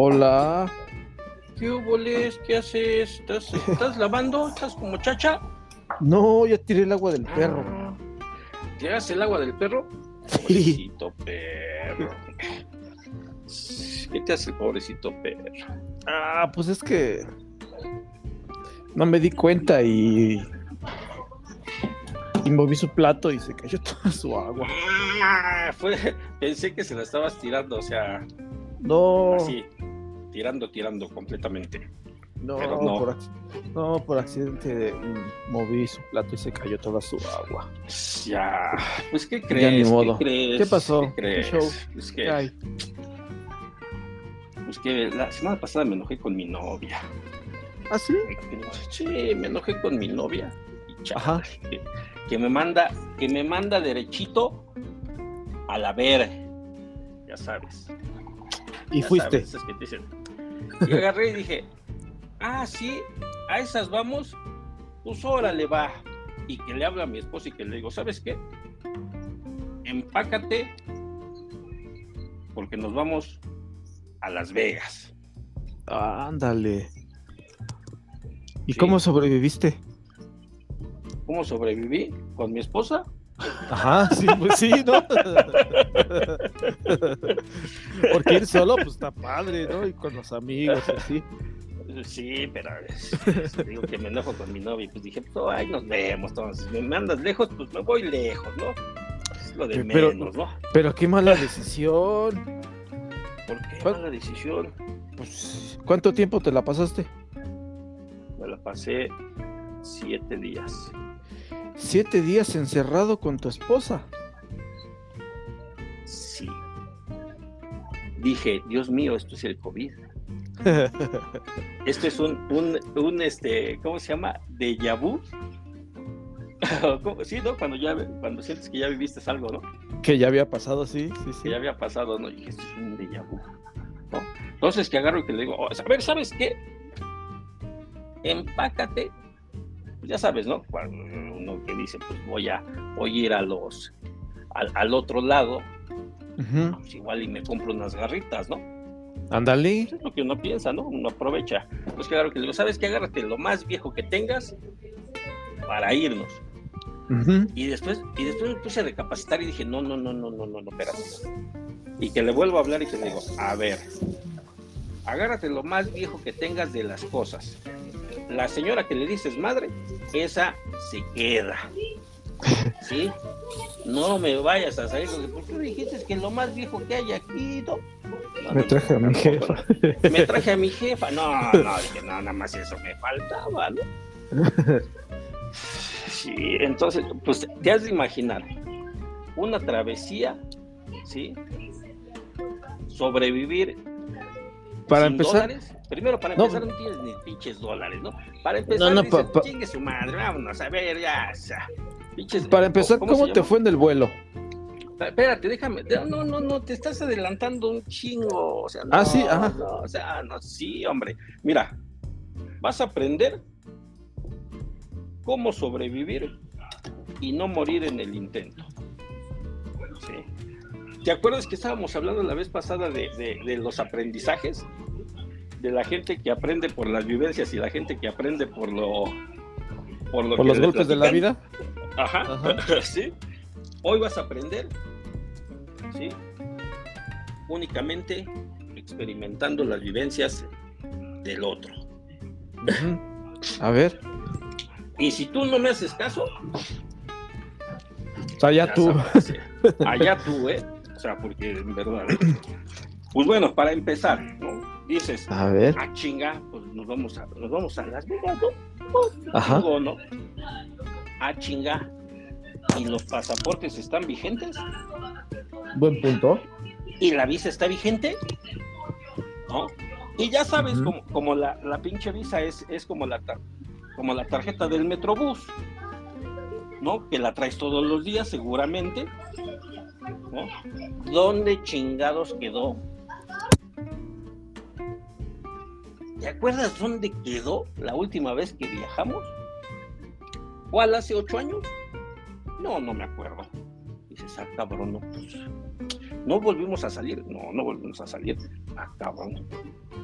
Hola. ¿Qué hubo, Les? ¿Qué haces? ¿Estás lavando? ¿Estás como chacha? No, ya tiré el agua del perro. ¿Tiras el agua del perro? Sí. Pobrecito perro. ¿Qué te hace el pobrecito perro? Pues es que no me di cuenta y moví su plato y se cayó toda su agua. Pensé que se la estabas tirando, o sea, No, así, tirando completamente. no, Pero no. por accidente moví su plato y se cayó toda su agua. Ya, pues ¿qué Ya crees? ni modo. ¿Qué crees? ¿Qué pasó? ¿Qué crees? ¿Qué show? Pues ¿Qué hay? que la semana pasada me enojé con mi novia. ¿Ah, sí? Sí, me enojé con mi novia. Y chale, Ajá. que me manda derechito a la ver. Ya sabes. Y Ya fuiste. sabes, esas que te dicen. Y agarré y dije, sí, a esas vamos, pues órale va. Y que le hablo a mi esposa y que le digo, ¿sabes qué? Empácate porque nos vamos a Las Vegas. Ándale. ¿Y Sí. cómo sobreviviste? ¿Cómo sobreviví? ¿Con mi esposa? Ajá, sí, pues sí, ¿no? Porque ir solo, pues está padre, ¿no? Y con los amigos, así. Sí, pero digo que me enojo con mi novia y pues dije, pues ahí nos vemos, entonces, si me mandas lejos, pues me voy lejos, ¿no? Es lo de menos, ¿no? Pero qué mala decisión. ¿Por qué mala decisión? Pues, ¿cuánto tiempo te la pasaste? Me la pasé 7 días. 7 días encerrado con tu esposa. Sí. Dije, Dios mío, esto es el COVID. Esto es un ¿cómo se llama? Déjà vu. Sí, ¿no? Cuando sientes que ya viviste algo, ¿no? Que ya había pasado, sí. Que ya había pasado, ¿no? Y dije, esto es un déjà vu, ¿no? Entonces que agarro y que le digo, a ver, ¿sabes qué? Empácate. Pues ya sabes, ¿no? Cuando uno que dice, pues voy a ir al otro lado, Uh-huh. pues igual y me compro unas garritas, ¿no? Ándale. Eso es lo que uno piensa, ¿no? Uno aprovecha. Pues que agarro que le digo, ¿sabes qué? Agárrate lo más viejo que tengas para irnos. Uh-huh. Y después me puse a recapacitar y dije, no, espérate. Y que le vuelvo a hablar y que le digo, a ver, agárrate lo más viejo que tengas de las cosas. La señora que le dices madre, esa se queda. ¿Sí? No me vayas a salir, porque tú dijiste que lo más viejo que hay aquí, ¿no? Me traje a mi jefa. Me traje a mi jefa. No, dije, no, nada más eso me faltaba, ¿no? Sí, entonces, pues te has de imaginar una travesía, ¿sí? Sobrevivir Para sin empezar, dólares. Primero, para empezar, no tienes ni pinches dólares, ¿no? Para empezar, dices, chingue su madre, vámonos a ver, ya, o sea, pinches. Para empezar, ¿cómo te fue en el vuelo? Espérate, déjame. No, te estás adelantando un chingo. O sea, no. Sí, ajá. No, o sea, no, sí, hombre. Mira, vas a aprender cómo sobrevivir y no morir en el intento. ¿Sí? ¿Te acuerdas que estábamos hablando la vez pasada de los aprendizajes? De la gente que aprende por las vivencias y la gente que aprende por los golpes de la vida. Ajá. ¿Sí? Hoy vas a aprender, ¿sí? Únicamente experimentando las vivencias del otro. Uh-huh. A ver. Y si tú no me haces caso, allá tú. Allá tú, O sea, porque en verdad. Pues bueno, para empezar, ¿no? Dices, a ver. Chinga, pues nos vamos a Las Vegas, ¿no? Ajá. ¿No? Chinga. ¿Y los pasaportes están vigentes? Buen punto. ¿Y la visa está vigente? ¿No? Y ya sabes, Uh-huh. como la pinche visa es como la tarjeta del Metrobús, ¿no? Que la traes todos los días, seguramente, ¿no? ¿Dónde chingados quedó? ¿Te acuerdas dónde quedó la última vez que viajamos? ¿Cuál, hace 8 años? No me acuerdo. Dices, cabrón, no, pues, ¿no volvimos a salir? No volvimos a salir. Cabrón.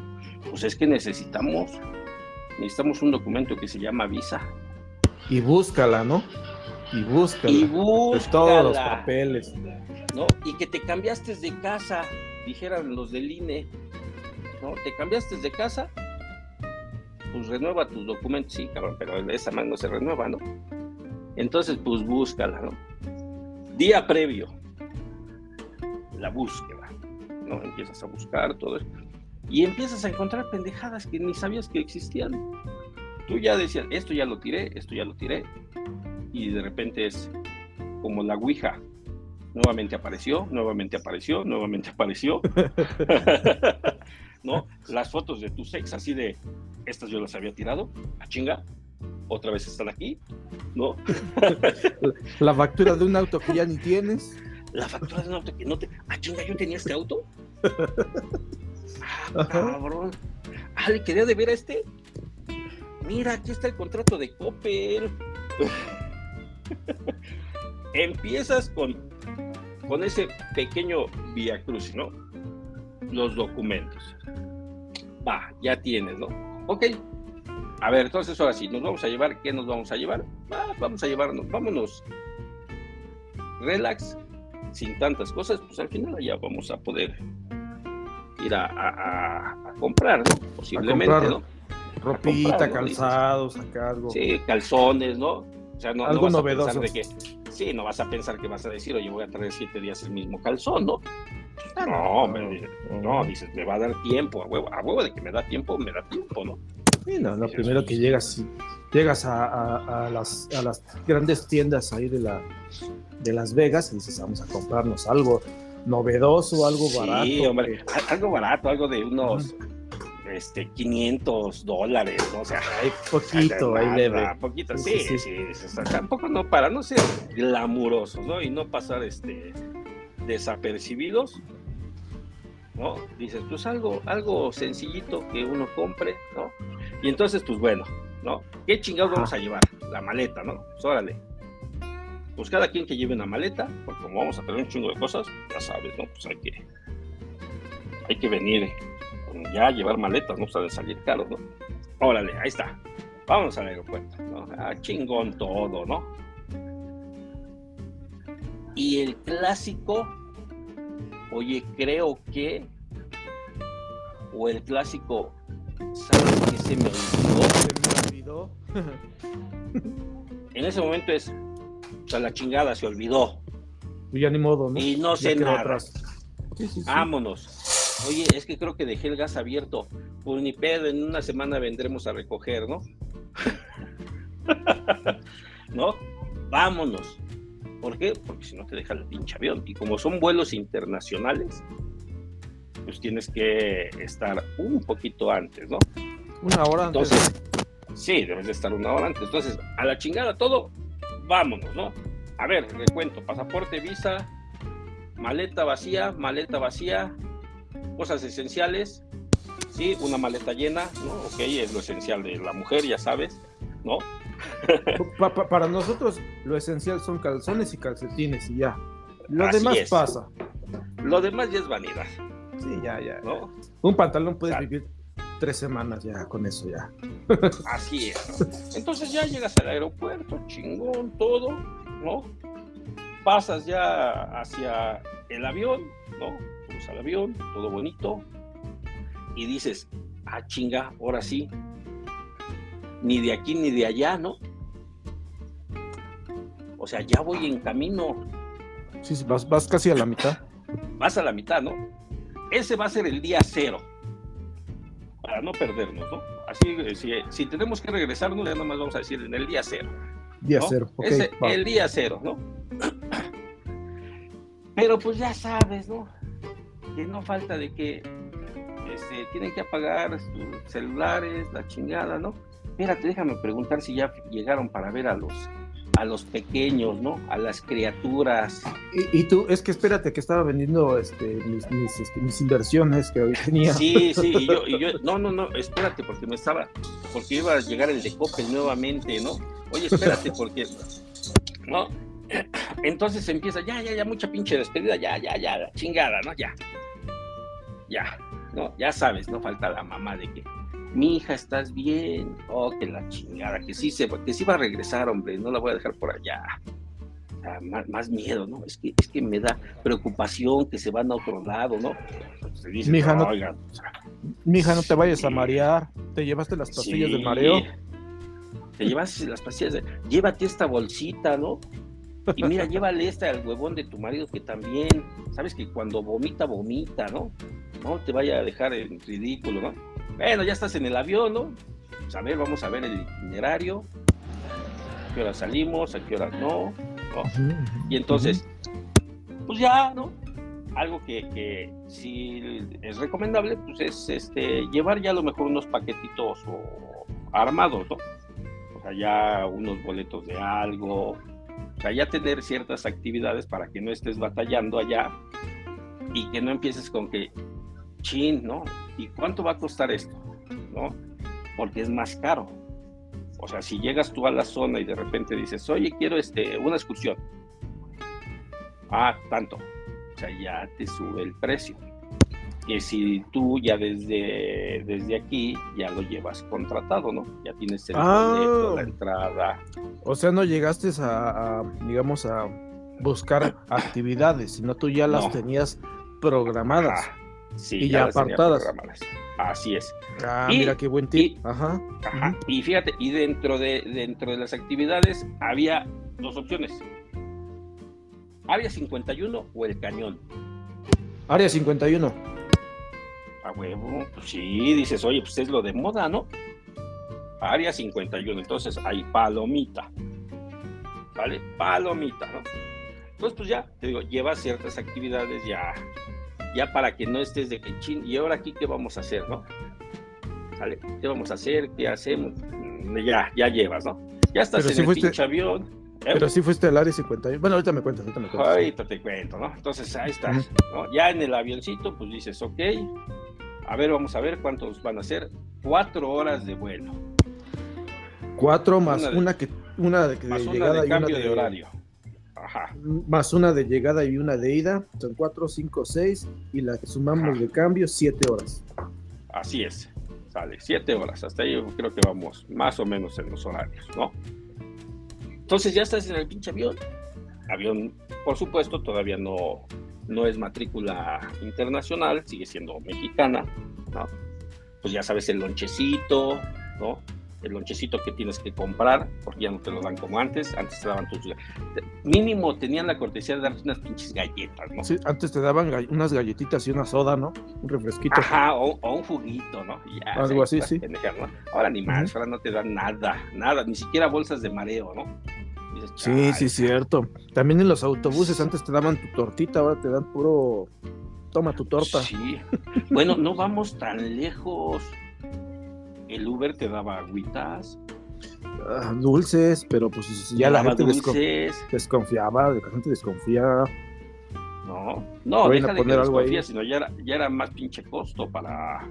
Pues es que necesitamos un documento que se llama visa. Y búscala, ¿no? Y búscala. Y De búscala, todos los papeles. ¿no? Y que te cambiaste de casa, dijeran los del INE, ¿no? Te cambiaste de casa, pues renueva tus documentos, sí, cabrón, pero de esa manera no se renueva, ¿no? Entonces, pues búscala, ¿no? Día previo, la búsqueda, ¿no? Empiezas a buscar todo eso y empiezas a encontrar pendejadas que ni sabías que existían. Tú ya decías, esto ya lo tiré, y de repente es como la Ouija. Nuevamente apareció. ¿No? Las fotos de tus ex, así de, estas yo las había tirado, a chinga, otra vez están aquí, ¿no? La factura de un auto que ya ni tienes. La factura de un auto que no te... Ah, chinga, ¿yo tenía este auto? Ah, cabrón. Ah, ¿le quería deber a este? Mira, aquí está el contrato de Coppel. Empiezas con ese pequeño viacrucis, ¿no? Los documentos. Va, ya tienes, ¿no? Ok. A ver, entonces ahora sí, ¿nos vamos a llevar? ¿Qué nos vamos a llevar? Vamos a llevarnos, vámonos. Relax, sin tantas cosas, pues al final ya vamos a poder ir a comprar, ¿no? Posiblemente, comprar ¿no? Ropita, comprar, ¿no? calzados, acá algo. Sí, calzones, ¿no? O sea, no algo vas novedoso. A pensar de que, sí, no vas a pensar que vas a decir, oye, voy a traer 7 días el mismo calzón, ¿no? No, dices, me va a dar tiempo, a huevo de que me da tiempo, ¿no? Sí, no, lo primero que llegas a las grandes tiendas ahí de Las Vegas y dices, vamos a comprarnos algo novedoso, algo barato. Sí, hombre, algo barato, algo de unos $500, ¿no? O sea, hay poquito, ahí leve. Poquito, sí. O sea, tampoco no para no ser glamurosos, ¿no? Y no pasar desapercibidos, ¿no? Dices, pues algo sencillito que uno compre, ¿no? Y entonces, pues bueno, ¿no? ¿Qué chingados vamos a llevar? La maleta, ¿no? Pues órale. Pues cada quien que lleve una maleta, porque como vamos a tener un chingo de cosas, ya sabes, ¿no? Pues hay que venir ya a llevar maletas, no saben salir caros, ¿no? Órale, ahí está. Vámonos al aeropuerto, ¿no? Chingón todo, ¿no? Y el clásico, oye, creo que, o el clásico, ¿sabes qué se me olvidó? En ese momento es, o sea, la chingada se olvidó. Y ya ni modo, ¿no? Y no sé nada. Sí. Vámonos. Oye, es que creo que dejé el gas abierto. Pues ni pedo, en una semana vendremos a recoger, ¿no? ¿No? Vámonos. ¿Por qué? Porque si no te deja el pinche avión. Y como son vuelos internacionales, pues tienes que estar un poquito antes, ¿no? Una hora antes. Entonces, sí, debes de estar una hora antes. Entonces, a la chingada todo, vámonos, ¿no? A ver, recuento, pasaporte, visa, maleta vacía, cosas esenciales, sí, una maleta llena, ¿no? Ok, es lo esencial de la mujer, ya sabes, ¿no? Para nosotros lo esencial son calzones y calcetines y ya. Lo Así demás es. pasa. Lo demás ya es vanidad. Sí, ya. ¿No? Un pantalón puedes vivir 3 semanas ya con eso ya. Así es, ¿no? Entonces ya llegas al aeropuerto, chingón, todo, ¿no? Pasas ya hacia el avión, ¿no? Subes al avión, todo bonito, y dices, chinga, ahora sí, ni de aquí ni de allá, ¿no? O sea, ya voy en camino. Sí, vas casi a la mitad. Vas a la mitad, ¿no? Ese va a ser el día 0, para no perdernos, ¿no? Así, si tenemos que regresarnos, ya nomás vamos a decir en el día 0. Día ¿no? 0, okay, el día 0, ¿no? Pero pues ya sabes, ¿no? Que no falta de que tienen que apagar sus celulares, la chingada, ¿no? Espérate, déjame preguntar si ya llegaron para ver a los pequeños, ¿no? A las criaturas. Y tú, es que espérate, que estaba vendiendo mis inversiones que hoy tenía. Sí, y yo, no, espérate, porque iba a llegar el de Coppel nuevamente, ¿no? Oye, espérate, porque, ¿no? Entonces empieza, ya, mucha pinche despedida, ya, la chingada, ¿no? Ya, no, ya sabes, no falta la mamá de que, mi hija, ¿estás bien? Oh, que la chingada, que sí va a regresar, hombre, no la voy a dejar por allá. O sea, más miedo, ¿no? Es que me da preocupación que se van a otro lado, ¿no? Entonces dices, Mija, no, oigan, o sea, mija, no te vayas a sí, marear. ¿Te llevaste las pastillas del sí, mareo? te llevas las pastillas, llévate esta bolsita, ¿no? Y mira, llévale esta al huevón de tu marido que también, sabes que cuando vomita, ¿no? No te vaya a dejar en ridículo, ¿no? Bueno, ya estás en el avión, ¿no? Pues a ver, vamos a ver el itinerario, a qué hora salimos, a qué hora no, ¿no? Y entonces, pues ya, ¿no? Algo que sí es recomendable, pues es llevar ya a lo mejor unos paquetitos armados, ¿no? O sea, ya unos boletos de algo, o sea, ya tener ciertas actividades para que no estés batallando allá y que no empieces con que, chin, ¿no? ¿Y cuánto va a costar esto? ¿No? Porque es más caro. O sea, si llegas tú a la zona y de repente dices, oye, quiero una excursión. Ah, tanto. O sea, ya te sube el precio. Que si tú ya desde aquí ya lo llevas contratado, ¿no? Ya tienes el boleto, la entrada. O sea, no llegaste digamos, a buscar actividades, sino tú ya las tenías programadas. Ajá. Sí, y ya apartadas. Así es. Mira qué buen tip. Ajá. Y fíjate, y dentro de las actividades había dos opciones. Área 51 o el cañón. Área 51. A huevo, pues sí, dices, oye, pues es lo de moda, ¿no? Área 51, entonces hay palomita. ¿Vale? Palomita, ¿no? Entonces, pues ya, te digo, llevas ciertas actividades ya para que no estés de que chin, y ahora aquí, ¿qué vamos a hacer, no? ¿Vale? ¿Qué vamos a hacer? ¿Qué hacemos? Ya llevas, ¿no? Ya estás en el pinche avión. Pero sí fuiste al área 51. Bueno, ahorita me cuentas. Ahorita te cuento, ¿no? Entonces, ahí está, ¿no? Ya en el avioncito, pues dices, ok, a ver, vamos a ver cuántos van a ser. 4 horas de vuelo. 4 más una de llegada y cambio una de horario. Ajá. Más una de llegada y una de ida, son 4, 5, 6, y la que sumamos de cambio, 7 horas. Así es, sale, 7 horas, hasta ahí yo creo que vamos más o menos en los horarios, ¿no? Entonces ya estás en el pinche avión, por supuesto, todavía no es matrícula internacional, sigue siendo mexicana, ¿no? Pues ya sabes, el lonchecito, ¿no? El lonchecito que tienes que comprar, porque ya no te lo dan como antes te daban mínimo tenían la cortesía de darte unas pinches galletas, ¿no? Sí, antes te daban unas galletitas y una soda, ¿no? Un refresquito. Ajá, o un juguito, ¿no? Ya, algo así, sí. Pendejar, ¿no? Ahora ni más, ahora no te dan nada, ni siquiera bolsas de mareo, ¿no? Dices, sí, cierto. También en los autobuses antes te daban tu tortita, ahora te dan puro, toma tu torta. Sí, bueno, no vamos tan lejos. El Uber te daba agüitas. Dulces, pero pues ya la gente desconfiaba, la gente desconfía. No, deja de que desconfía, sino ya era más pinche costo para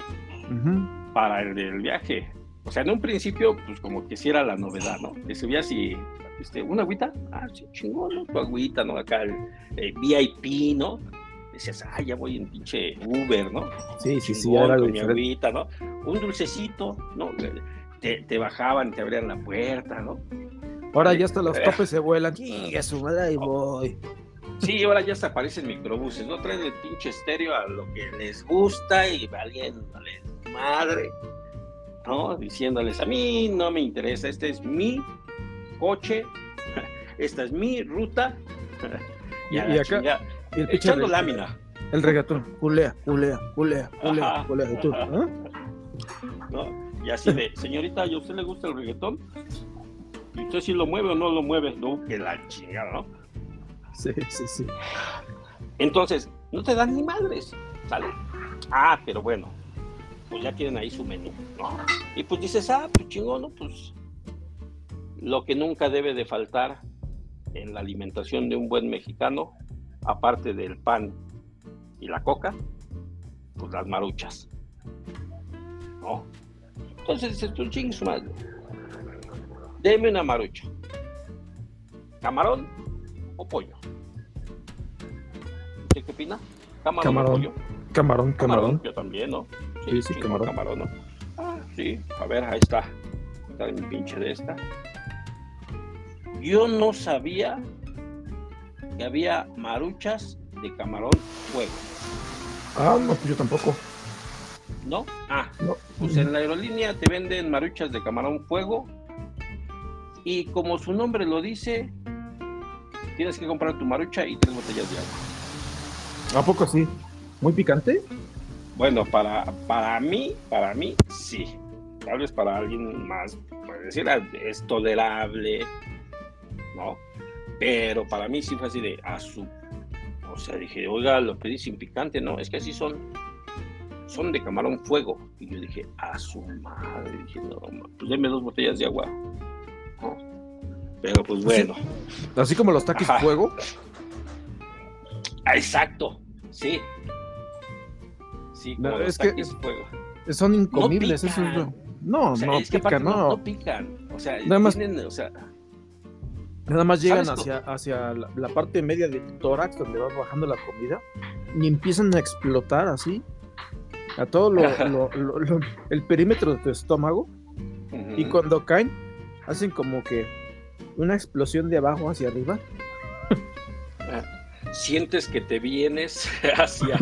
el del viaje. O sea, en un principio, pues como que sí era la novedad, ¿no? Que subías y, ¿una agüita? Ah, sí, chingón, ¿no? Tu agüita, ¿no? Acá el VIP, ¿no? Decías, ya voy en pinche Uber, ¿no? Sí, chingón, era con mi agüita, ¿no? Un dulcecito, ¿no? Te bajaban, te abrían la puerta, ¿no? Ahora ya hasta los topes se vuelan. ¡Chinga su madre, ahí voy! Sí, ahora ya se aparecen microbuses, ¿no? Traen el pinche estéreo a lo que les gusta y valiéndoles madre, ¿no? Diciéndoles, a mí no me interesa, este es mi coche, esta es mi ruta. Y acá, echando lámina. El reggaetón, culea. ¿Y tú? ¿No? Y así de, señorita, ¿y a usted le gusta el reggaetón? ¿Y usted sí lo mueve o no lo mueve? No, que la chingada, ¿no? Sí. Entonces, no te dan ni madres, ¿sale? Pero bueno, pues ya tienen ahí su menú, ¿no? Y pues dices, pues chingón, ¿no? Pues lo que nunca debe de faltar en la alimentación de un buen mexicano, aparte del pan y la coca, pues las maruchas, ¿no? Entonces dices, tú chingues su madre, deme una marucha, camarón o pollo. ¿Usted qué opina? ¿Camarón o pollo? Camarón. Yo también, ¿no? Sí, camarón. ¿No? Ah, sí, a ver, ahí está. Está mi pinche de esta. Yo no sabía que había maruchas de camarón fuego. Ah, no, pues yo tampoco. ¿No? Ah, No. pues en la aerolínea te venden maruchas de camarón fuego y como su nombre lo dice, tienes que comprar tu marucha y 3 botellas de agua. ¿A poco sí? ¿Muy picante? Bueno, para mí, sí. Tal vez para alguien más, puede decir, es tolerable, ¿no? Pero para mí sí fue así de azul. O sea, dije, oiga, lo pedí sin picante, no, es que así son de camarón fuego. Y yo dije, a su madre, dije, no, pues deme 2 botellas de agua. ¿No? Pero pues bueno. Así como los taquis fuego. Ah, exacto, sí. Sí, como No, los es que taquis fuego. son incomibles, No eso pican. es... No, O sea, no es que pican, aparte no. no pican. O sea, Nada más- tienen, o sea, Nada más llegan ¿sabes hacia la parte media del tórax donde va bajando la comida y empiezan a explotar así a todo el perímetro de tu estómago y cuando caen hacen como que una explosión de abajo hacia arriba. sientes que te vienes hacia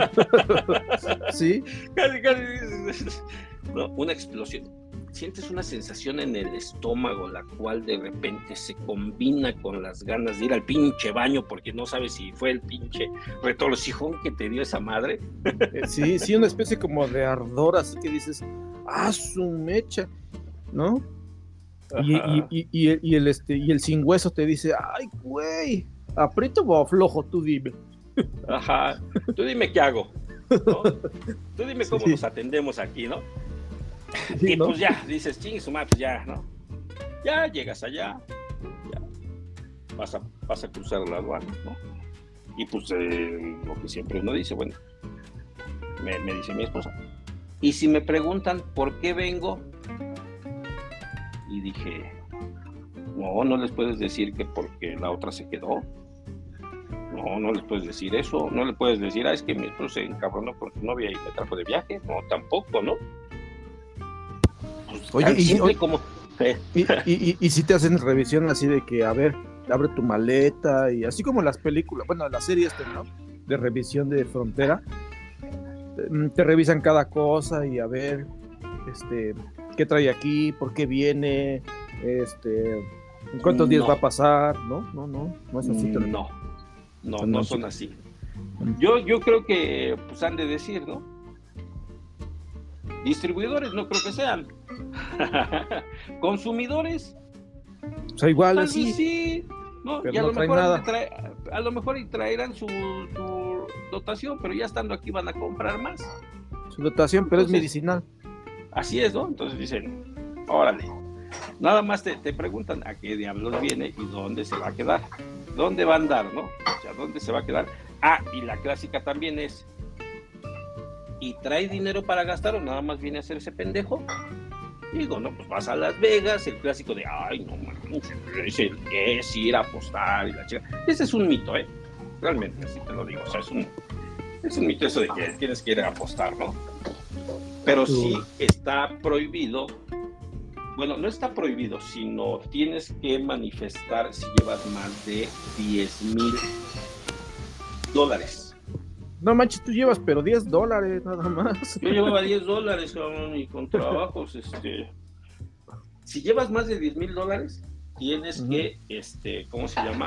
Sí, casi, no, una explosión. Sientes una sensación en el estómago, la cual de repente se combina con las ganas de ir al pinche baño porque no sabes si fue el pinche retorcijón que te dio esa madre. sí, una especie como de ardor, así que dices, ¡ah, su mecha! ¿No? Y el sin hueso te dice, ¡ay, güey! ¿Aprieto o aflojo? Tú dime. Ajá, tú dime qué hago, ¿no? Tú dime cómo Sí. nos atendemos aquí, ¿no? Sí, Y ¿no? pues ya, dices, ching, su madre, pues ya, ¿no? Ya llegas allá, ya vas a cruzar la aduana, ¿no? Y pues lo que siempre uno dice, bueno, me dice mi esposa, y si me preguntan por qué vengo, y dije, no les puedes decir que porque la otra se quedó. No les puedes decir eso, no le puedes decir, es que mi esposo se encabronó con su novia y me trajo de viaje, no, tampoco, ¿no? Pues, Oye, tan y- simple oye, como... Y si te hacen revisión así de que, a ver, abre tu maleta y así como las películas, bueno, las series, ¿no? De revisión de frontera, te revisan cada cosa y a ver, qué trae aquí, por qué viene, cuántos días No. va a pasar, no es así. No son así. Yo creo que pues han de decir, ¿no? Distribuidores no creo que sean. Consumidores, O sea, igual tal así, vez sí, ¿no? pero Y a no lo traen mejor nada. a lo mejor y traerán su dotación, pero ya estando aquí van a comprar más. Su dotación, pero es Entonces, medicinal. Así es, ¿no? Entonces dicen, órale. Nada más te preguntan a qué diablos viene y dónde se va a quedar. ¿Dónde va a andar, no? O sea, ¿dónde se va a quedar? Ah, y la clásica también es, ¿y trae dinero para gastar o nada más viene a hacerse pendejo? Digo, no, pues vas a Las Vegas, el clásico de, ay, no manches, es ir a apostar y la chica. Ese es un mito, ¿eh? Realmente, así te lo digo. O sea, es un mito eso de que tienes que ir a apostar, ¿no? Pero sí está prohibido. Bueno, no está prohibido, sino tienes que manifestar si llevas más de $10,000. No manches, tú llevas, pero $10 nada más. Yo llevaba $10, cabrón, y con trabajos, si llevas más de $10,000, tienes que, ¿cómo se llama?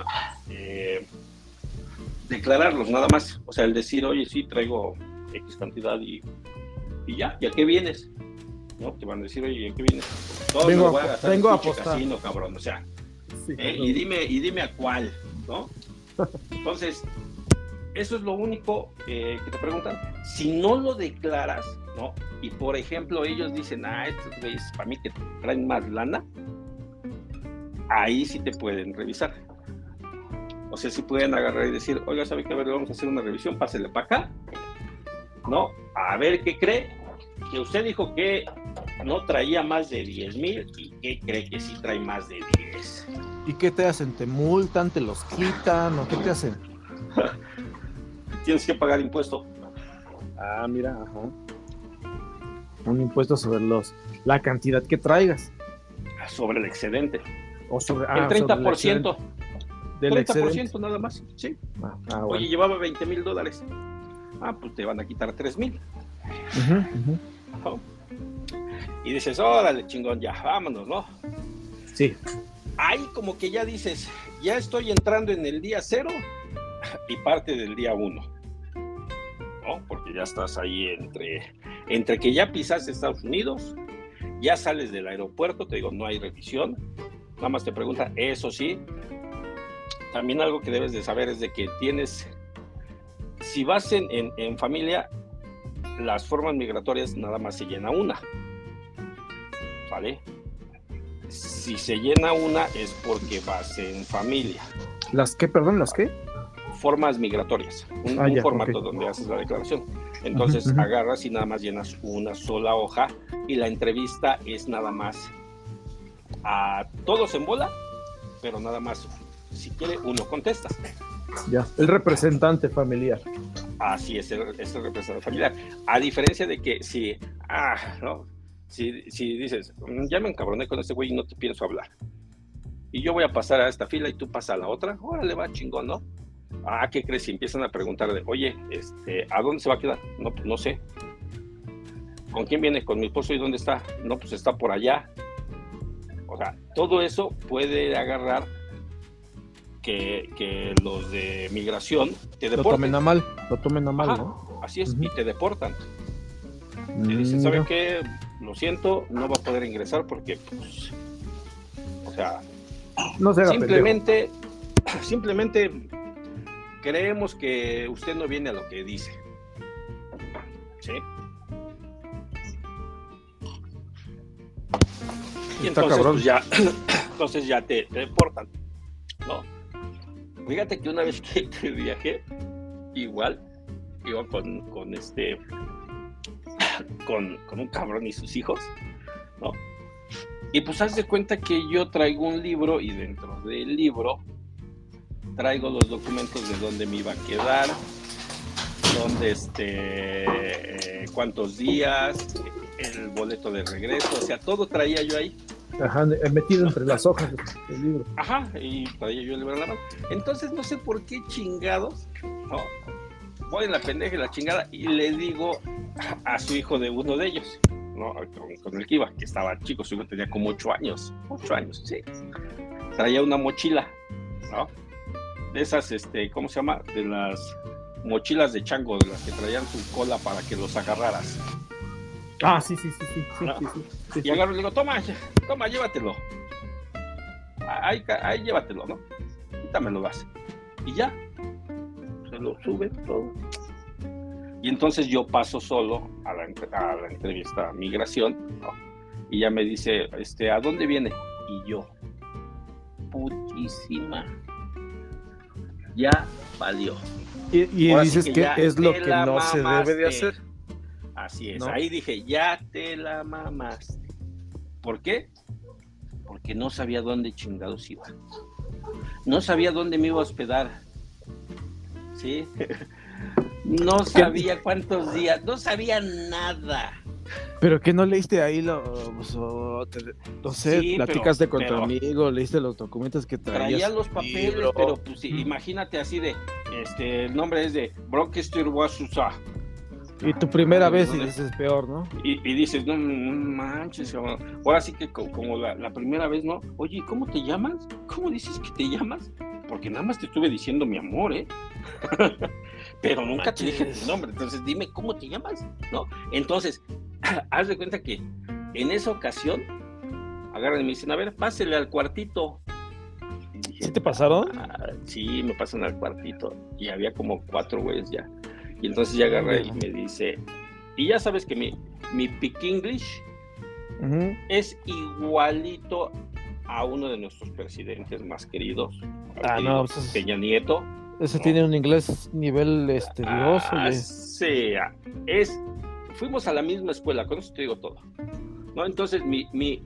Declararlos, nada más. O sea, el decir, oye, sí, traigo X cantidad y ya, ¿y a qué vienes? ¿No? Te van a decir, oye, ¿a qué vienes? Todo Vengo me lo voy a gastar vengo en a pinche apostar. casino, cabrón, o sea, Sí, y dime a cuál, ¿no? Entonces, eso es lo único que te preguntan. Si no lo declaras, ¿no? Y por ejemplo, ellos dicen, estos güeyes, para mí que traen más lana, ahí sí te pueden revisar. O sea, sí pueden agarrar y decir, oiga, ¿sabe qué? A ver, vamos a hacer una revisión, pásele para acá, ¿no? A ver qué cree. Que usted dijo que no traía más de 10,000 y que cree que sí trae más de 10. ¿Y qué te hacen? ¿Te multan? ¿Te los quitan? ¿O qué te hacen? Tienes que pagar impuesto. Ah, mira, ajá. Un impuesto sobre la cantidad que traigas. Sobre el excedente. O sobre, El 30%. Del 30% excedente. nada más, sí. Bueno. Oye, llevaba $20,000. Pues te van a quitar 3,000. ¿No? Y dices, órale, chingón, ya, vámonos, ¿no? Sí. Ahí como que ya dices, ya estoy entrando en el día 0 y parte del día 1, ¿no? Porque ya estás ahí entre que ya pisaste Estados Unidos, ya sales del aeropuerto, te digo, no hay revisión, nada más te pregunta, eso sí, también algo que debes de saber es de que si vas en familia, las formas migratorias nada más se llena una, ¿vale? Si se llena una es porque vas en familia. ¿Las qué, perdón, las qué? Formas migratorias, un formato donde haces la declaración. Entonces agarras y nada más llenas una sola hoja y la entrevista es nada más a todos en bola, pero nada más, si quiere, uno contesta. Ya, el representante familiar. Así es, el representante familiar. A diferencia de que ¿no? Si dices, ya me encabroné con este güey y no te pienso hablar, y yo voy a pasar a esta fila y tú pasas a la otra, órale, va chingón, ¿no? ¿Qué crees? Y empiezan a preguntar oye, ¿a dónde se va a quedar? No, pues no sé. ¿Con quién viene? Con mi esposo. ¿Y dónde está? No, pues está por allá. O sea, todo eso puede agarrar que los de migración te deporten. Lo tomen a mal, ¿no? Así es, y te deportan. Te dicen, ¿sabe qué? Lo siento, no va a poder ingresar porque, pues, o sea, no simplemente creemos que usted no viene a lo que dice. ¿Sí? Y entonces ya te deportan, ¿no? Fíjate que una vez que viajé, igual, iba con un cabrón y sus hijos, ¿no? Y pues haz de cuenta que yo traigo un libro y dentro del libro traigo los documentos de dónde me iba a quedar, dónde cuántos días, el boleto de regreso, o sea, todo traía yo ahí. Ajá, metido entre las hojas del libro. Ajá, y traía yo el libro en la mano. Entonces no sé por qué chingados, ¿no? Voy en la pendeja y la chingada y le digo a su hijo de uno de ellos, ¿no? Con el que iba, que estaba chico, su hijo tenía como 8 años, sí. Traía una mochila, ¿no? De esas, ¿cómo se llama? De las mochilas de chango, de las que traían su cola para que los agarraras. Sí. Y agarro y le digo, toma, llévatelo. Ahí llévatelo, ¿no? Ahorita me lo das. Y ya, se lo sube todo. Y entonces yo paso solo a la entrevista a migración, ¿no? Y ya me dice, ¿a dónde viene? Y yo, putísima, ya valió. Y dices que es lo que no se debe de hacer. Así es, ¿no? Ahí dije, ya te la mamaste. ¿Por qué? Porque no sabía dónde chingados iba. No sabía dónde me iba a hospedar. ¿Sí? No sabía cuántos días, no sabía nada. Pero que no leíste ahí no sé, sí, platicaste con tu amigo, leíste los documentos que traías. Traía los papeles, libro. Pero pues imagínate así de, el nombre es de Brockester Wasusa. Y tu primera vez y dices peor, ¿no? Y dices, no manches, ahora sí que como la primera vez, ¿no? Oye, ¿cómo te llamas? ¿Cómo dices que te llamas? Porque nada más te estuve diciendo mi amor, pero nunca te dije tu nombre, entonces dime cómo te llamas, ¿no? Entonces, haz de cuenta que en esa ocasión agarran y me dicen, a ver, pásele al cuartito. ¿Sí te pasaron? Sí, me pasan al cuartito y había como 4 güeyes ya. Y entonces ya agarra y me dice, y ya sabes que mi Pick English es igualito a uno de nuestros presidentes más queridos, Peña Nieto. Ese tiene un inglés nivel Dios. Sí, fuimos a la misma escuela, con eso te digo todo, ¿no? Entonces mi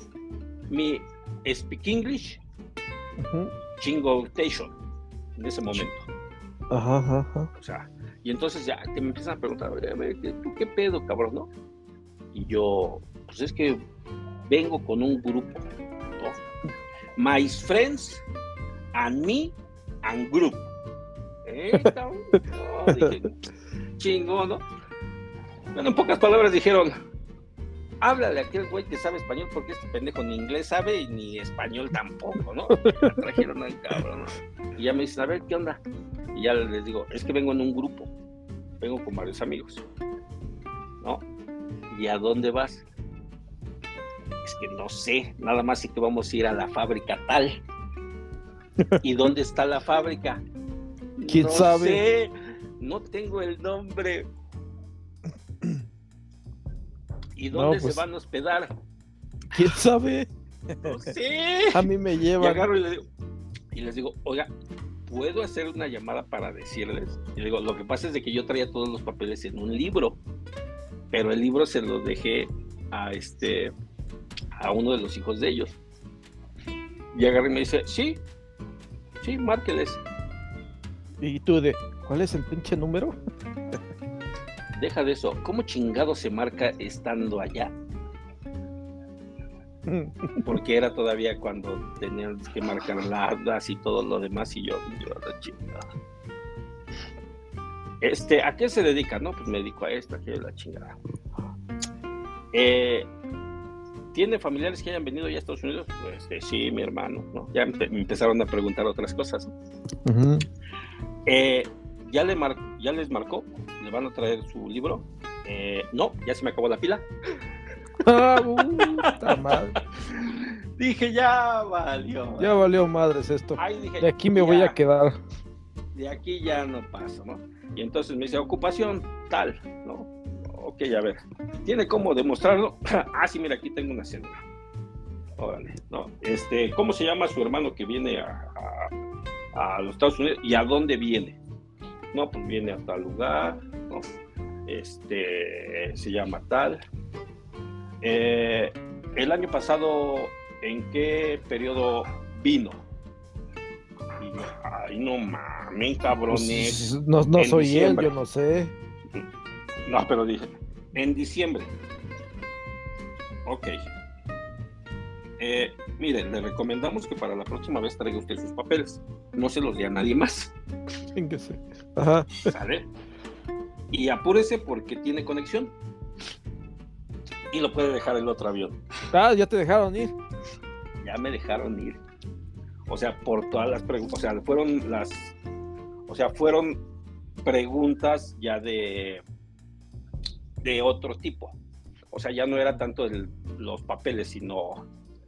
Speak English, Chingotation, en ese momento. Ajá. O sea, Y entonces ya te me empiezan a preguntar, a ver, ¿tú qué pedo, cabrón, no? Y yo, pues es que vengo con un grupo, ¿no? My friends and me and group. Cabrón? No, dije, chingón, ¿no? Bueno, en pocas palabras dijeron, háblale a aquel güey que sabe español, porque este pendejo ni inglés sabe y ni español tampoco, ¿no? Me trajeron al cabrón, ¿no? Y ya me dicen, a ver, ¿qué onda? Y ya les digo, es que vengo en un grupo, vengo con varios amigos, ¿no? ¿Y a dónde vas? Es que no sé, nada más sí que vamos a ir a la fábrica tal. ¿Y dónde está la fábrica? ¿Quién no sabe? Sé, no tengo el nombre. ¿Y dónde se van a hospedar? ¿Quién sabe? No sé. A mí me Y llevan. agarro y les digo, oiga, ¿puedo hacer una llamada para decirles? Y digo, lo que pasa es de que yo traía todos los papeles en un libro, pero el libro se lo dejé a uno de los hijos de ellos. Y agarré y me dice, sí, márqueles. Y tú ¿cuál es el pinche número? Deja de eso, ¿cómo chingado se marca estando allá? Porque era todavía cuando tenían que marcar las y todo lo demás, y yo la chingada. ¿A qué se dedica? No, pues me dedico a esto, aquí la chingada. ¿Tiene familiares que hayan venido ya a Estados Unidos? Pues sí, mi hermano, ¿no? Ya me empezaron a preguntar otras cosas. Uh-huh. ¿Ya les marcó? ¿Le van a traer su libro? No, ya se me acabó la pila. Puta madre. Dije, ya valió. Ya valió madres esto. Ay, dije, de aquí me voy a quedar. De aquí ya no paso, ¿no? Y entonces me dice, ocupación tal, ¿no? Ok, a ver, ¿tiene cómo demostrarlo? Sí, mira, aquí tengo una cédula. Órale, ¿no? ¿Cómo se llama su hermano que viene a los Estados Unidos? ¿Y a dónde viene? No, pues viene a tal lugar, ¿no? Se llama tal. El año pasado, ¿en qué periodo vino? Y yo, ay, no mames, cabrones. No soy diciembre. él, yo no sé. No, pero dije, en diciembre. Ok. Miren, le recomendamos que para la próxima vez traiga usted sus papeles. No se los dé a nadie más. Ajá. ¿Sale? Y apúrese porque tiene conexión. Y lo puede dejar el otro avión. Ya te dejaron ir. Ya me dejaron ir. O sea, por todas las preguntas. O sea, fueron preguntas ya de otro tipo. O sea, ya no era tanto los papeles, sino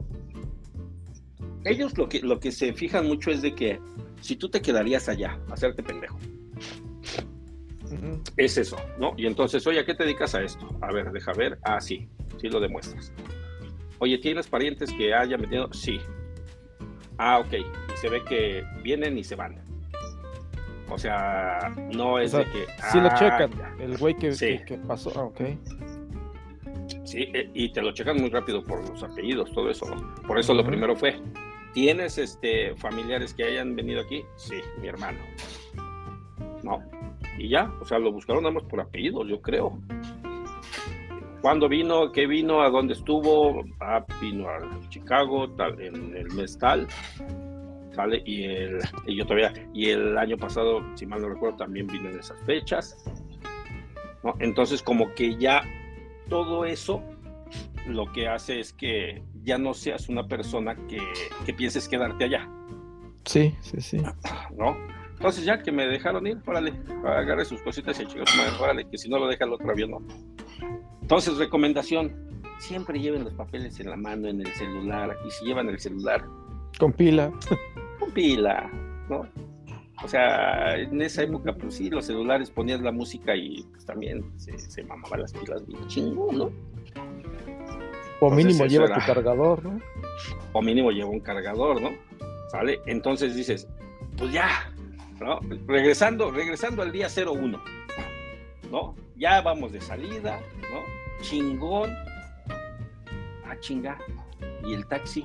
ellos lo que se fijan mucho es de que si tú te quedarías allá a hacerte pendejo. Uh-huh. Es eso, ¿no? Y entonces, oye, ¿a qué te dedicas a esto? A ver, deja ver. Sí lo demuestras. Oye, ¿tienes parientes que hayan metido? Sí. Ok. Y se ve que vienen y se van. O sea, no es de que... Sí lo checan, el güey que pasó. Ok. Sí, y te lo checan muy rápido por los apellidos, todo eso, ¿no? Por eso lo primero fue, ¿tienes familiares que hayan venido aquí? Sí, mi hermano. No. Y ya, o sea, lo buscaron nada más por apellidos, yo creo. ¿Cuándo vino? ¿Qué vino? ¿A dónde estuvo? Vino a Chicago, en el mes tal. ¿Sale? Y el año pasado, si mal no recuerdo, también vino en esas fechas, ¿no? Entonces, como que ya todo eso lo que hace es que ya no seas una persona que pienses quedarte allá. Sí. ¿No? Entonces, ya que me dejaron ir, órale, agarre sus cositas y chicos, órale, que si no lo deja el otro avión, ¿no? Entonces, recomendación, siempre lleven los papeles en la mano, en el celular, y si llevan el celular con pila, ¿no? O sea, en esa época, pues sí, los celulares ponías la música y pues también se mamaban las pilas bien chingón, ¿no? O mínimo lleva tu cargador, ¿no? O mínimo lleva un cargador, ¿no? ¿Sale? Entonces dices, pues ya, ¿no? Regresando al día 01, ¿no? Ya vamos de salida, ¿no? Chingón. Chinga. ¿Y el taxi?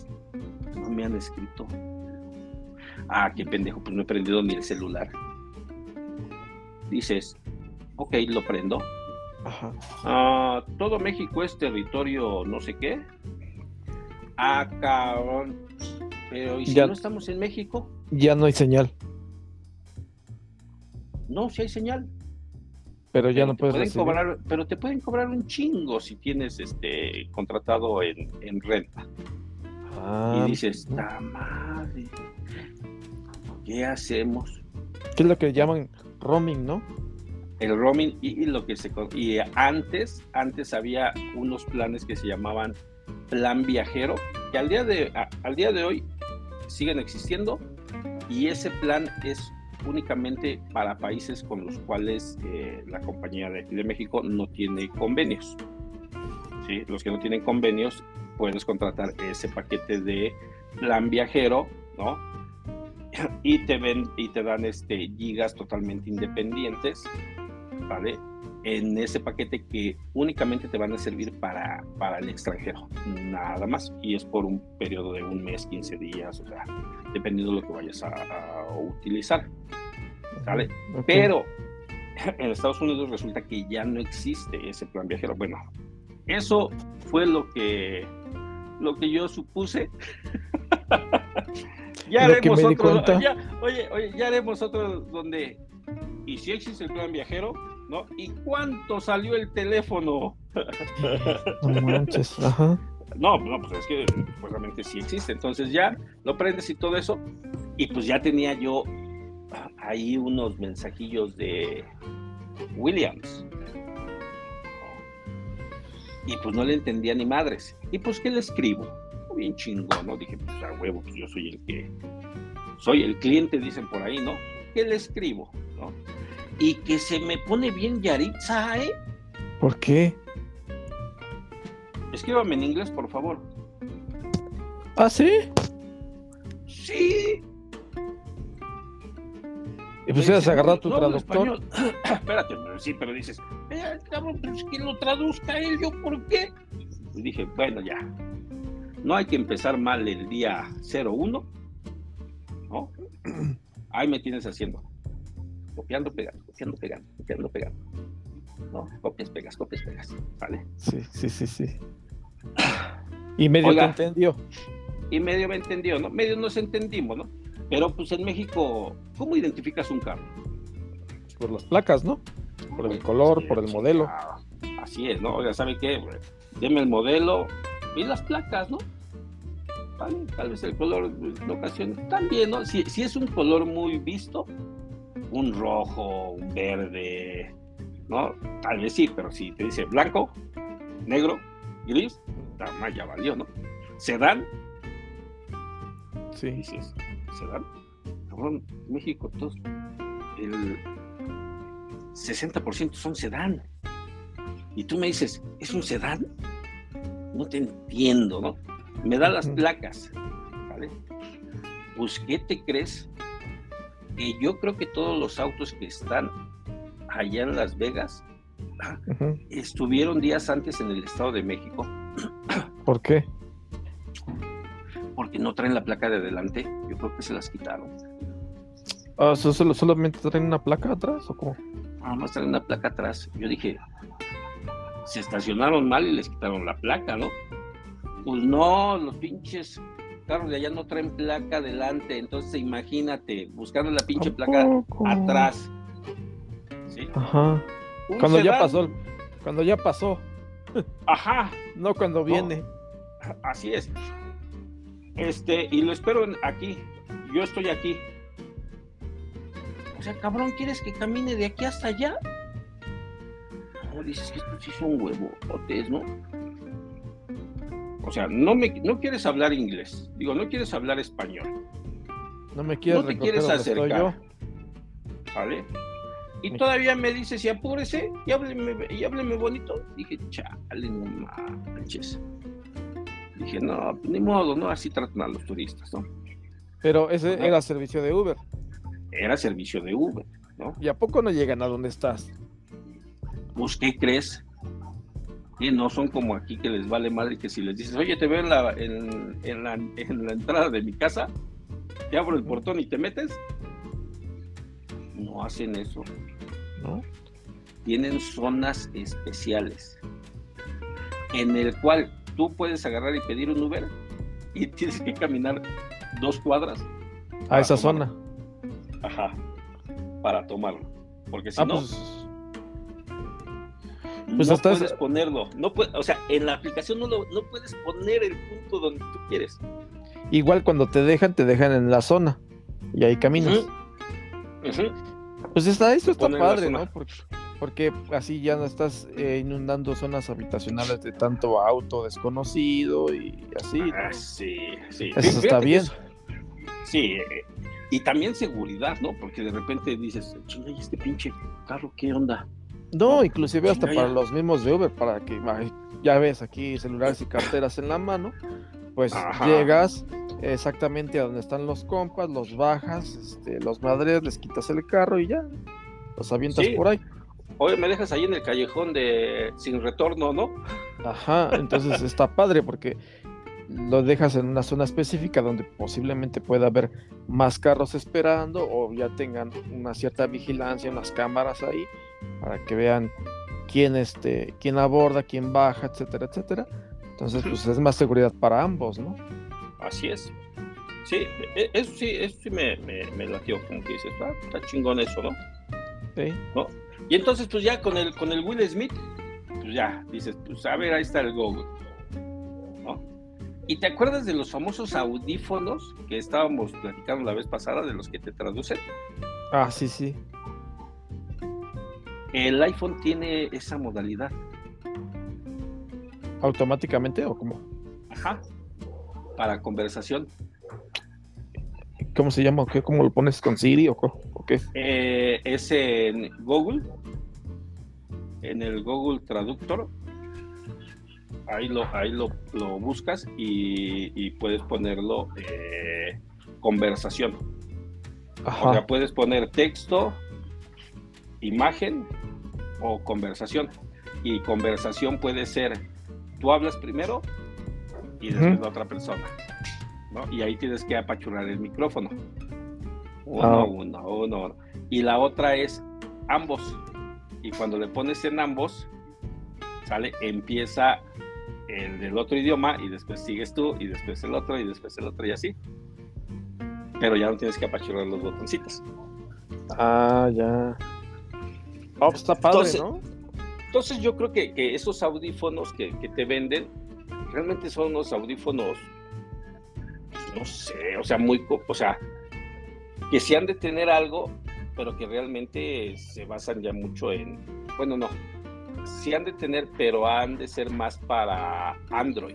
No me han escrito. Qué pendejo, pues no he prendido ni el celular. dices, ok, lo prendo. Ajá. Todo México es territorio no sé qué. Ah, cabrón. Pero ¿y si Ya, no estamos en México? ya no hay señal, No, si hay señal. pero ya Pero no te puedes pueden recibir. cobrar, pero te pueden cobrar un chingo si tienes contratado en renta. Y Ah, dices, ¡ta madre! ¿Qué hacemos? ¿qué es lo que llaman roaming, no? El roaming y lo que y antes había unos planes que se llamaban plan viajero, que al día de hoy siguen existiendo, y ese plan es únicamente para países con los cuales la compañía de México no tiene convenios. ¿Sí? Los que no tienen convenios puedes contratar ese paquete de plan viajero, ¿no? Y te dan gigas totalmente independientes, ¿vale? En ese paquete que únicamente te van a servir para el extranjero, nada más, y es por un periodo de un mes, 15 días, o sea, dependiendo de lo que vayas a utilizar, ¿vale? Okay. Pero en Estados Unidos resulta que ya no existe ese plan viajero. Bueno, eso fue lo que yo supuse. Ya lo que haremos me di otro, cuenta. ya haremos otro donde, y si existe el plan viajero, ¿no? ¿Y cuánto salió el teléfono? No manches, ajá. No, pues es que supuestamente sí existe. Entonces ya lo prendes y todo eso, y pues ya tenía yo ahí unos mensajillos de Williams. Y pues no le entendía ni madres. Y pues, ¿qué le escribo? Bien chingón, ¿no? Dije, pues a huevo, pues yo soy el cliente, dicen por ahí, ¿no? ¿Qué le escribo? ¿No? Y que se me pone bien Yaritza, ¿eh? ¿Por qué? Escríbame en inglés, por favor. ¿Ah, sí? Sí. Y pues ibas a agarrar tu no, traductor. Espérate, sí, pero dices, cabrón, pues que lo traduzca él, ¿yo por qué? Y dije, bueno, ya. No hay que empezar mal el día 01, ¿no? Ahí me tienes haciendo. Copiando, pegando, copiando, pegando, copiando, pegando. ¿No? Copias, pegas, ¿vale? Sí. Y medio te entendió. Y medio me entendió, ¿no? Medio nos entendimos, ¿no? Pero pues en México, ¿cómo identificas un carro? Por las placas, ¿no? Por el color, por el modelo. Así es, ¿no? Oiga, ¿sabe qué? Deme el modelo y las placas, ¿no? ¿Vale? Tal vez el color de ocasión también, ¿no? Si es un color muy visto, un rojo, un verde, ¿no? Tal vez sí, pero si te dice blanco, negro, gris, ya valió, ¿no? Sedán. Sí. Dices, sedán. Cabrón, México, todos, el 60% son sedán. Y tú me dices, ¿es un sedán? No te entiendo, ¿no? Me da las placas, ¿vale? Pues, ¿qué te crees? Que yo creo que todos los autos que están allá en Las Vegas estuvieron días antes en el Estado de México. ¿Por qué? Porque no traen la placa de adelante. Yo creo que se las quitaron. ¿Solamente traen una placa atrás o cómo? Nada más traen una placa atrás. Yo dije, se estacionaron mal y les quitaron la placa, ¿no? Pues no, los pinches carros de allá no traen placa adelante. Entonces imagínate, buscando la pinche placa atrás. ¿Sí? Ajá. Cuando ya pasó. Ajá. No cuando viene. Así es. Y lo espero aquí. Yo estoy aquí. O sea, cabrón, ¿quieres que camine de aquí hasta allá? No, dices que estos sí son huevotes, ¿no? O sea, no quieres hablar inglés. Digo, no quieres hablar español. No me quieres no te quieres acercar. ¿Vale? Y todavía me dices, y apúrese, y hábleme bonito. Dije, chale, no manches. Dije, no, ni modo, ¿no? Así tratan a los turistas, ¿no? Pero ese era servicio de Uber. Era servicio de Uber, ¿no? ¿Y a poco no llegan a donde estás? Pues, ¿qué crees? Que no son como aquí, que les vale madre, que si les dices, oye, te veo en la entrada de mi casa, te abro el portón y te metes. No hacen eso. ¿no? Tienen zonas especiales en el cual tú puedes agarrar y pedir un Uber y tienes que caminar 2 cuadras A esa tomarlo. zona. Ajá, para tomarlo. Porque si no, pues no hasta puedes ponerlo. No o sea, en la aplicación no puedes poner el punto donde tú quieres. igual cuando te dejan en la zona y ahí caminas. Ujú. Pues esto está Ponen la padre, zona. ¿no? Porque así ya no estás inundando zonas habitacionales de tanto auto desconocido y así, ¿no? Sí. Eso está Fíjate que bien. sí, y también seguridad, ¿no? Porque de repente dices, chinga, ¿y este pinche carro qué onda? No, inclusive hasta Chinga, para ya. los mismos de Uber, para que, ya ves, aquí celulares y carteras en la mano, pues Ajá. llegas exactamente a donde están los compas, los bajas, los madres, les quitas el carro y ya, los avientas Sí. por ahí. Oye, me dejas ahí en el callejón de sin retorno, ¿no? Ajá, entonces está padre porque lo dejas en una zona específica donde posiblemente pueda haber más carros esperando o ya tengan una cierta vigilancia, unas cámaras ahí para que vean quién aborda, quién baja, etcétera, etcétera. Entonces, pues es más seguridad para ambos, ¿no? Así es. Sí, eso sí me latió, como que dices, está chingón eso, ¿no? Sí. ¿No? Y entonces, pues ya con el Will Smith, pues ya dices, pues a ver, ahí está el Google, ¿no? ¿Y te acuerdas de los famosos audífonos que estábamos platicando la vez pasada, de los que te traducen? Ah, sí. El iPhone tiene esa modalidad. ¿Automáticamente o cómo? Ajá. Para conversación. ¿Cómo se llama? ¿Qué? ¿Cómo lo pones con Siri o qué? Es en Google, en el Google Traductor. Ahí lo buscas y puedes ponerlo conversación. Ajá. O sea, puedes poner texto, imagen o conversación. Y conversación puede ser, tú hablas primero y después la otra persona, ¿no? Y ahí tienes que apachurrar el micrófono. Uno. Y la otra es ambos. Y cuando le pones en ambos, empieza el del otro idioma y después sigues tú y después el otro y después el otro y así. Pero ya no tienes que apachurrar los botoncitos. Ah, ya. Pues está padre, entonces, ¿no? Entonces yo creo que esos audífonos que te venden realmente son unos audífonos, no sé, o sea, que sí han de tener algo, pero que realmente se basan ya mucho bueno, no, sí han de tener, pero han de ser más para Android.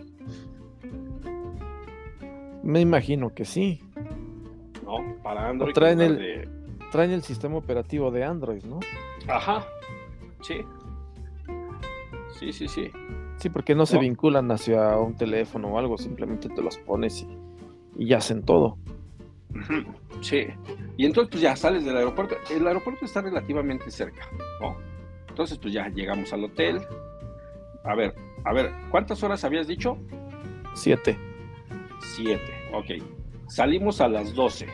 Me imagino que sí. ¿No? Para Android. Traen el sistema operativo de Android, ¿no? Ajá, sí. Sí, porque no se vinculan hacia un teléfono o algo, simplemente te los pones y ya hacen todo. Sí, y entonces pues ya sales del aeropuerto. El aeropuerto está relativamente cerca, ¿no? Entonces pues ya llegamos al hotel. A ver, ¿cuántas horas habías dicho? 7. 7, ok. Salimos a las 12.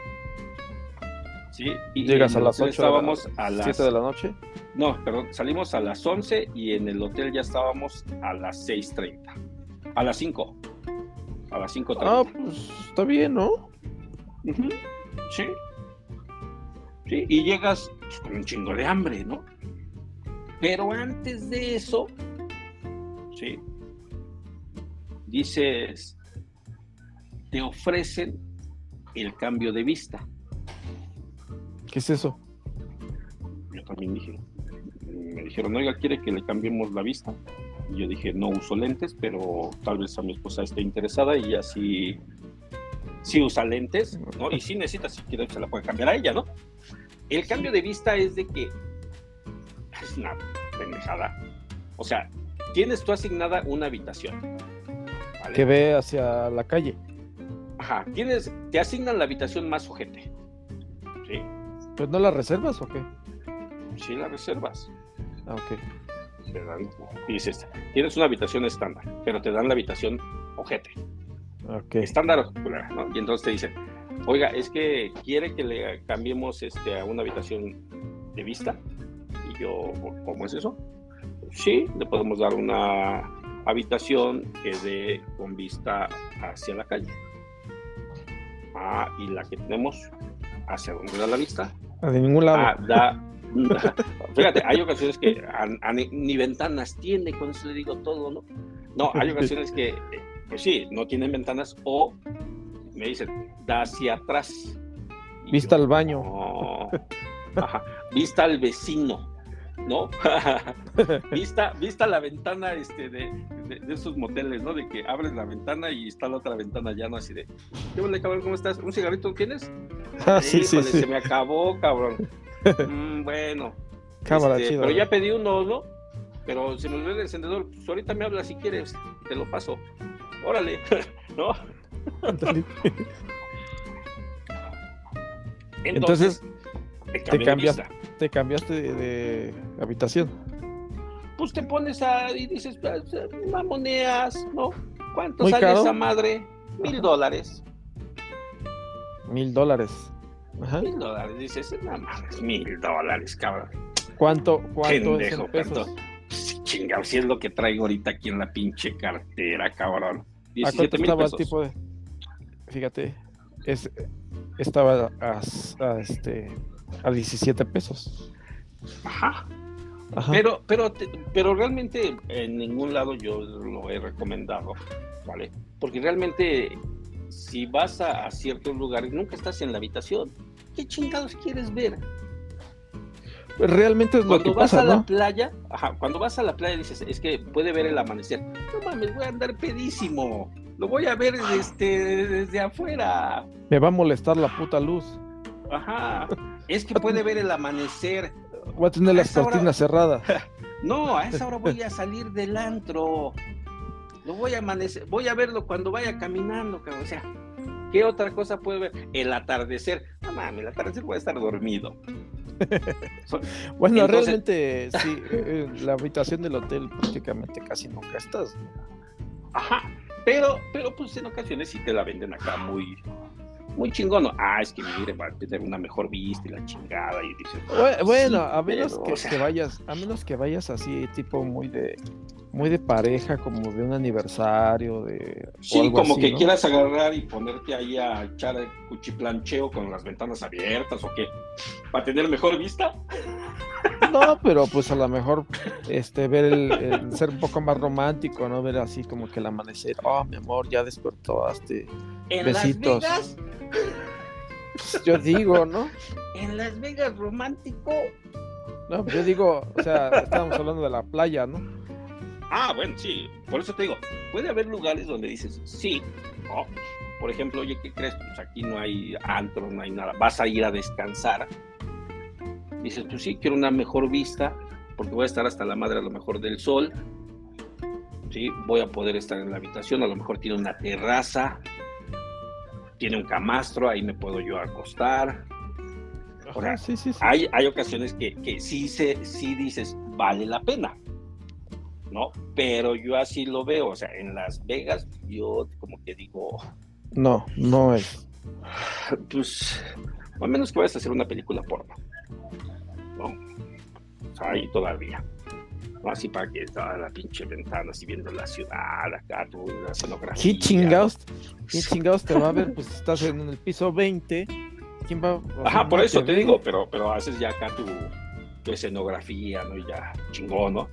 ¿Sí? Y llegas a las 8, estábamos a las 7 de la noche. No, perdón, salimos a las 11 y en el hotel ya estábamos a las 6:30. A las 5. A las 5:30. Ah, pues está bien, ¿no? Uh-huh. Sí, y llegas pues, con un chingo de hambre, ¿no? Pero antes de eso, sí, dices, te ofrecen el cambio de vista. ¿Qué es eso? Yo también dije, me dijeron, oiga, ¿quiere que le cambiemos la vista? Y yo dije, no uso lentes, pero tal vez a mi esposa esté interesada y así sí usa lentes, ¿no? Y sí necesita, si quiere, se la puede cambiar a ella, ¿no? El cambio de vista es de que es una pendejada. O sea, tienes tú asignada una habitación, ¿vale? Que ve hacia la calle. Ajá, te asignan la habitación más ojete, ¿sí? ¿Pues no la reservas o qué? Sí, la reservas. Ah, ok. Te dan, dices, tienes una habitación estándar, pero te dan la habitación ojete. Ok. Estándar o popular, ¿no? Y entonces te dicen, oiga, es que quiere que le cambiemos a una habitación de vista. yo, ¿cómo es eso? Sí, le podemos dar una habitación que dé con vista hacia la calle. Y la que tenemos, ¿hacia dónde da la vista? De ningún lado. Fíjate, hay ocasiones que ni ventanas tiene, con eso le digo todo, ¿no? No, hay ocasiones que, pues sí, no tienen ventanas, o me dicen, da hacia atrás. Vista al baño. No. Ajá. Vista al vecino, ¿no? vista la ventana de esos moteles, ¿no? De que abres la ventana y está la otra ventana ya, ¿no? Así de, ¿qué onda, cabrón? ¿Cómo estás? ¿Un cigarrito tienes? Sí, Híjole, sí. Se me acabó, cabrón. Bueno. Cámara, chido. Pero ya pedí uno, ¿no? Pero se me olvidó el encendedor. Pues ahorita me hablas si quieres, te lo paso. Órale, ¿no? Entonces te cambiaste de habitación. Pues te pones y dices, mamoneas, ¿no? ¿Cuánto Muy sale caro. esa madre? $1,000. $1,000. Ajá. $1,000, dices, no mames, $1,000, cabrón. ¿Cuánto Pendejo, es en pesos? Sí, chingado, si es lo que traigo ahorita aquí en la pinche cartera, cabrón. ¿A cuánto estaba el $17,000. tipo de...? Fíjate, estaba a 17 pesos. Ajá. Ajá. Pero realmente en ningún lado yo lo he recomendado, ¿vale? Porque realmente si vas a ciertos lugares nunca estás en la habitación. ¿Qué chingados quieres ver? Realmente es lo que pasa, cuando vas a ¿no? la playa, cuando vas a la playa dices, es que puede ver el amanecer. No mames, voy a andar pedísimo. Lo voy a ver desde afuera. Me va a molestar la puta luz. Ajá. Es que puede ver el amanecer. Voy a tener las cortinas cerradas. No, a esa hora voy a salir del antro. Lo voy a amanecer, voy a verlo cuando vaya caminando, cabrón. O sea, ¿qué otra cosa puede ver? El atardecer. No mames, el atardecer voy a estar dormido. Bueno, Entonces, realmente sí, la habitación del hotel prácticamente casi nunca estás. Ajá, pero pues en ocasiones sí te la venden acá muy chingón, ¿no? Es que mire, va a tener una mejor vista y la chingada, y dices, Bueno, sí, a menos pero, que vayas así, tipo muy de pareja, como de un aniversario, sí, o algo como así, que ¿no? quieras agarrar y ponerte ahí a echar el cuchiplancheo con las ventanas abiertas, ¿o qué? ¿Para tener mejor vista? No, pero pues a lo mejor ver el ser un poco más romántico, ¿no? Ver así como que el amanecer, mi amor, ya despertó, ¿En besitos. Las Vegas? Pues yo digo, ¿no? ¿En Las Vegas romántico? No, pues yo digo, o sea, estábamos hablando de la playa, ¿no? Bueno, sí, por eso te digo, puede haber lugares donde dices, sí, ¿no? Por ejemplo, oye, ¿qué crees? Pues aquí no hay antro, no hay nada, vas a ir a descansar. Dices, pues sí, quiero una mejor vista, porque voy a estar hasta la madre a lo mejor del sol, ¿sí? Voy a poder estar en la habitación, a lo mejor tiene una terraza, tiene un camastro, ahí me puedo yo acostar. O sea, sí. hay ocasiones que sí dices, vale la pena, ¿no? Pero yo así lo veo, o sea, en Las Vegas yo como que digo... No es. Pues, a menos que vayas a hacer una película porno, ¿no? O sea, ahí todavía. No, así para que toda la pinche ventana, así viendo la ciudad, acá, tú, la escenografía. ¿Qué chingados te va a ver? Pues estás en el piso 20. ¿Quién va? Ajá, por eso te digo, pero haces ya acá tu escenografía, ¿no? Y ya, chingón, ¿no?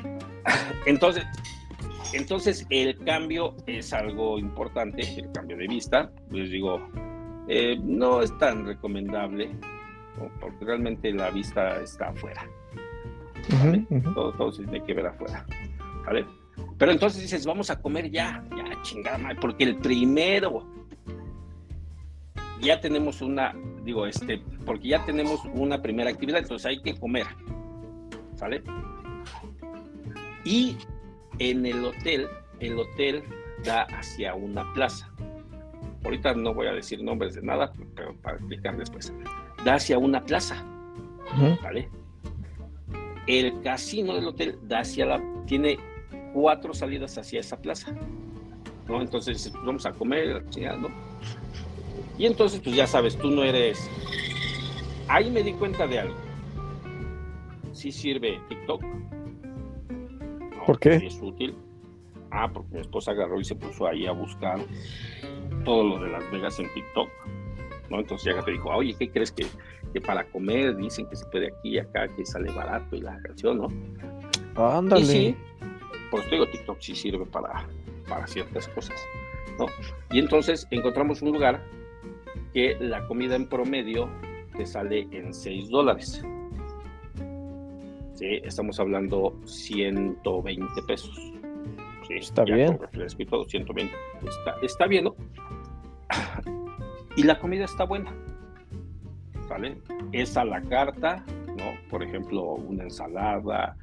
Entonces el cambio es algo importante, el cambio de vista. Les digo, no es tan recomendable, ¿no? Porque realmente la vista está afuera, ¿vale? Todo se tiene que ver afuera, ¿vale? Pero entonces dices, vamos a comer ya chingada madre, porque el primero ya tenemos porque ya tenemos una primera actividad, entonces hay que comer, ¿sale? Y en el hotel da hacia una plaza. Ahorita no voy a decir nombres de nada, pero para explicar después. Da hacia una plaza, ¿vale? El casino del hotel tiene 4 salidas hacia esa plaza, ¿no? Entonces vamos a comer, ¿no? Y entonces, pues ya sabes, tú no eres... Ahí me di cuenta de algo. sí sirve TikTok. No, ¿Por qué? sí es útil. Porque mi esposa agarró y se puso ahí a buscar todo lo de Las Vegas en TikTok, ¿no? Entonces ya te dijo, oye, ¿qué crees que para comer dicen que se puede aquí y acá, que sale barato y la canción, ¿no? Ándale. Y sí, pues te digo, TikTok sí sirve para ciertas cosas, ¿no? Y entonces encontramos un lugar que la comida en promedio te sale en $6. Sí, estamos hablando 120 pesos. Sí, Está ya bien. con refresco y todo, 120. Está bien, ¿no? Y la comida está buena, ¿vale? Es a la carta, ¿no? Por ejemplo, una ensalada,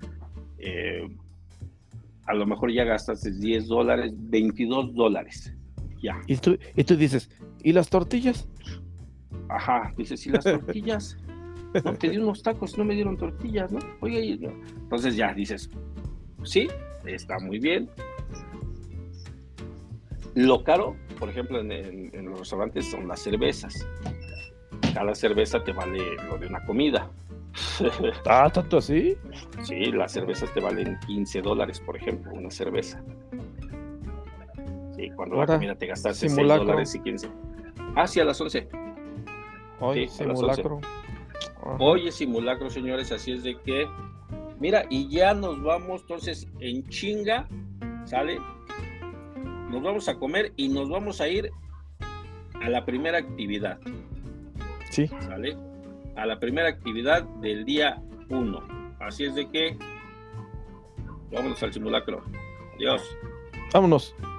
a lo mejor ya gastaste $10, $22, ya. Y tú dices, ¿y las tortillas? Ajá, dices, ¿y las tortillas? No, pedí unos tacos, no me dieron tortillas, ¿no? Oye, no. Entonces ya dices, sí, está muy bien. Lo caro, por ejemplo, en los restaurantes son las cervezas. Cada cerveza te vale lo de una comida. ¿Tanto así? Sí, las cervezas te valen $15, por ejemplo, una cerveza. Sí, cuando Ahora, la comida te gastaste simulacro. $6 y 15. Sí, a las 11. Hoy, Sí, a las 11. simulacro. Ajá. Oye, simulacro, señores, así es de que, mira, y ya nos vamos, entonces, en chinga, ¿sale? Nos vamos a comer y nos vamos a ir a la primera actividad. Sí. ¿Sale? A la primera actividad del día 1. Así es de que, vámonos al simulacro. Adiós. Vámonos.